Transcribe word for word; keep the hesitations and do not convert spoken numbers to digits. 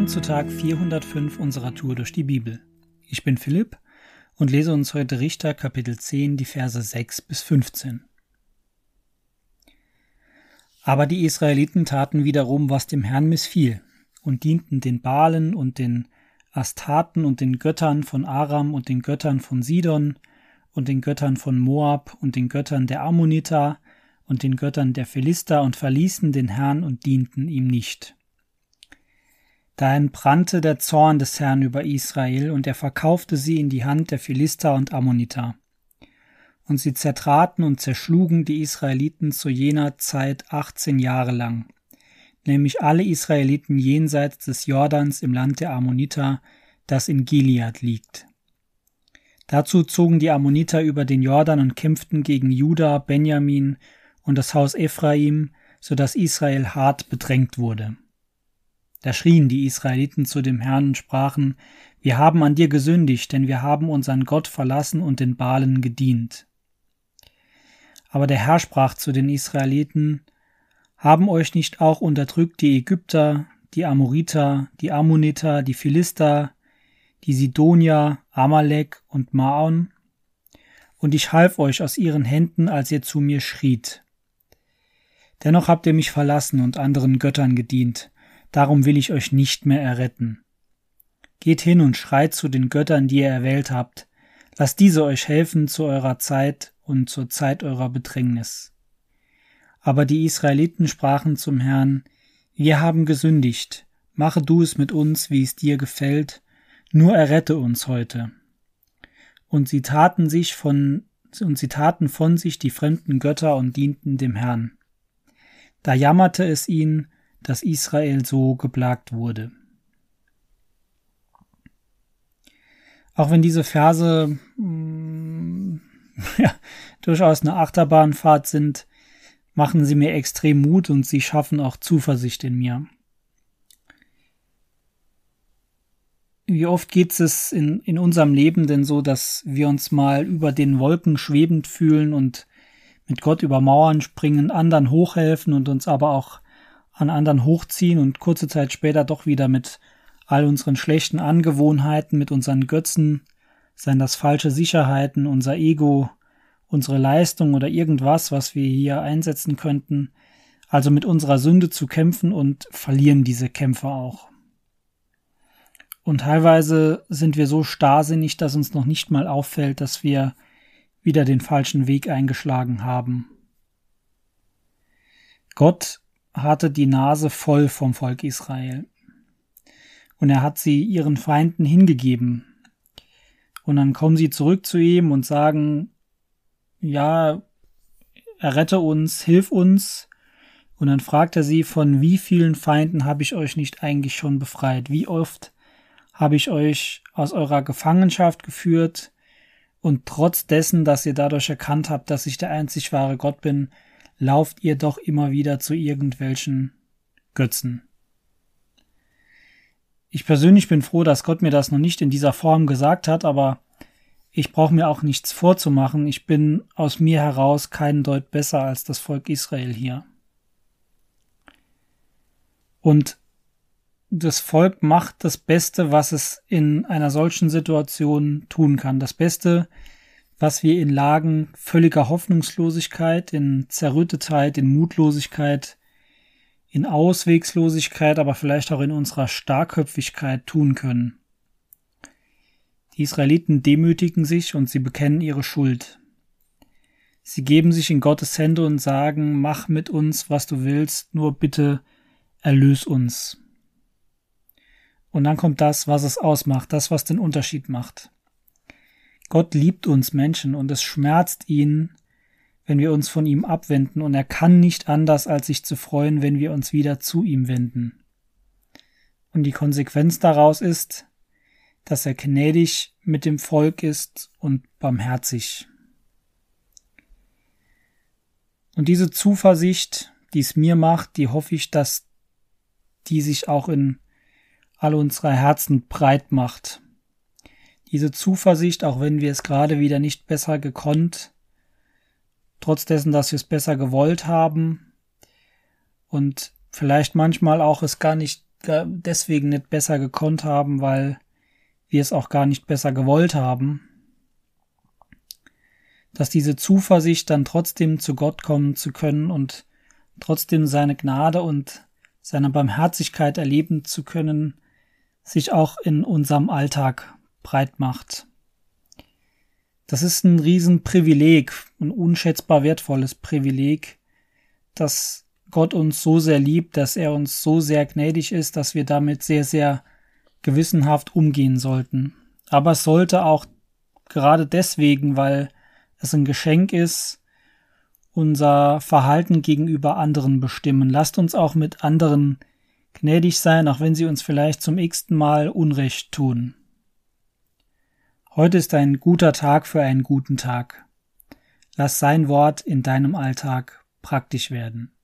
Willkommen zu Tag vierhundertfünf unserer Tour durch die Bibel. Ich bin Philipp und lese uns heute Richter Kapitel zehn, die Verse sechs bis fünfzehn. Aber die Israeliten taten wiederum, was dem Herrn missfiel, und dienten den Baalen und den Astarten und den Göttern von Aram und den Göttern von Sidon und den Göttern von Moab und den Göttern der Ammoniter und den Göttern der Philister und verließen den Herrn und dienten ihm nicht. Da entbrannte der Zorn des Herrn über Israel, und er verkaufte sie in die Hand der Philister und Ammoniter. Und sie zertraten und zerschlugen die Israeliten zu jener Zeit achtzehn Jahre lang, nämlich alle Israeliten jenseits des Jordans im Land der Ammoniter, das in Gilead liegt. Dazu zogen die Ammoniter über den Jordan und kämpften gegen Juda, Benjamin und das Haus Ephraim, so dass Israel hart bedrängt wurde. Da schrien die Israeliten zu dem Herrn und sprachen: Wir haben an dir gesündigt, denn wir haben unseren Gott verlassen und den Baalen gedient. Aber der Herr sprach zu den Israeliten: Haben euch nicht auch unterdrückt die Ägypter, die Amoriter, die Ammoniter, die Philister, die Sidonier, Amalek und Maon? Und ich half euch aus ihren Händen, als ihr zu mir schriet. Dennoch habt ihr mich verlassen und anderen Göttern gedient. Darum will ich euch nicht mehr erretten. Geht hin und schreit zu den Göttern, die ihr erwählt habt. Lasst diese euch helfen zu eurer Zeit und zur Zeit eurer Bedrängnis. Aber die Israeliten sprachen zum Herrn: Wir haben gesündigt. Mache du es mit uns, wie es dir gefällt. Nur errette uns heute. Und sie taten sich von, und sie taten von sich die fremden Götter und dienten dem Herrn. Da jammerte es ihn, dass Israel so geplagt wurde. Auch wenn diese Verse mh, ja, durchaus eine Achterbahnfahrt sind, machen sie mir extrem Mut und sie schaffen auch Zuversicht in mir. Wie oft geht es in, in unserem Leben denn so, dass wir uns mal über den Wolken schwebend fühlen und mit Gott über Mauern springen, anderen hochhelfen und uns aber auch an anderen hochziehen und kurze Zeit später doch wieder mit all unseren schlechten Angewohnheiten, mit unseren Götzen, seien das falsche Sicherheiten, unser Ego, unsere Leistung oder irgendwas, was wir hier einsetzen könnten, also mit unserer Sünde zu kämpfen und verlieren diese Kämpfe auch. Und teilweise sind wir so starrsinnig, dass uns noch nicht mal auffällt, dass wir wieder den falschen Weg eingeschlagen haben. Gott hatte die Nase voll vom Volk Israel. Und er hat sie ihren Feinden hingegeben. Und dann kommen sie zurück zu ihm und sagen: Ja, errette uns, hilf uns. Und dann fragt er sie: Von wie vielen Feinden habe ich euch nicht eigentlich schon befreit? Wie oft habe ich euch aus eurer Gefangenschaft geführt? Und trotz dessen, dass ihr dadurch erkannt habt, dass ich der einzig wahre Gott bin, lauft ihr doch immer wieder zu irgendwelchen Götzen. Ich persönlich bin froh, dass Gott mir das noch nicht in dieser Form gesagt hat, aber ich brauche mir auch nichts vorzumachen. Ich bin aus mir heraus keinen Deut besser als das Volk Israel hier. Und das Volk macht das Beste, was es in einer solchen Situation tun kann. Das Beste, was wir in Lagen völliger Hoffnungslosigkeit, in Zerrüttetheit, in Mutlosigkeit, in Auswegslosigkeit, aber vielleicht auch in unserer Starrköpfigkeit tun können. Die Israeliten demütigen sich und sie bekennen ihre Schuld. Sie geben sich in Gottes Hände und sagen: Mach mit uns, was du willst, nur bitte erlös uns. Und dann kommt das, was es ausmacht, das, was den Unterschied macht. Gott liebt uns Menschen und es schmerzt ihn, wenn wir uns von ihm abwenden, und er kann nicht anders, als sich zu freuen, wenn wir uns wieder zu ihm wenden. Und die Konsequenz daraus ist, dass er gnädig mit dem Volk ist und barmherzig. Und diese Zuversicht, die es mir macht, die hoffe ich, dass die sich auch in all unserer Herzen breit macht. Diese Zuversicht, auch wenn wir es gerade wieder nicht besser gekonnt, trotz dessen, dass wir es besser gewollt haben und vielleicht manchmal auch es gar nicht deswegen nicht besser gekonnt haben, weil wir es auch gar nicht besser gewollt haben, dass diese Zuversicht, dann trotzdem zu Gott kommen zu können und trotzdem seine Gnade und seine Barmherzigkeit erleben zu können, sich auch in unserem Alltag breit macht. Das ist ein Riesenprivileg, ein unschätzbar wertvolles Privileg, dass Gott uns so sehr liebt, dass er uns so sehr gnädig ist, dass wir damit sehr, sehr gewissenhaft umgehen sollten. Aber es sollte auch gerade deswegen, weil es ein Geschenk ist, unser Verhalten gegenüber anderen bestimmen. Lasst uns auch mit anderen gnädig sein, auch wenn sie uns vielleicht zum x-ten Mal Unrecht tun. Heute ist ein guter Tag für einen guten Tag. Lass sein Wort in deinem Alltag praktisch werden.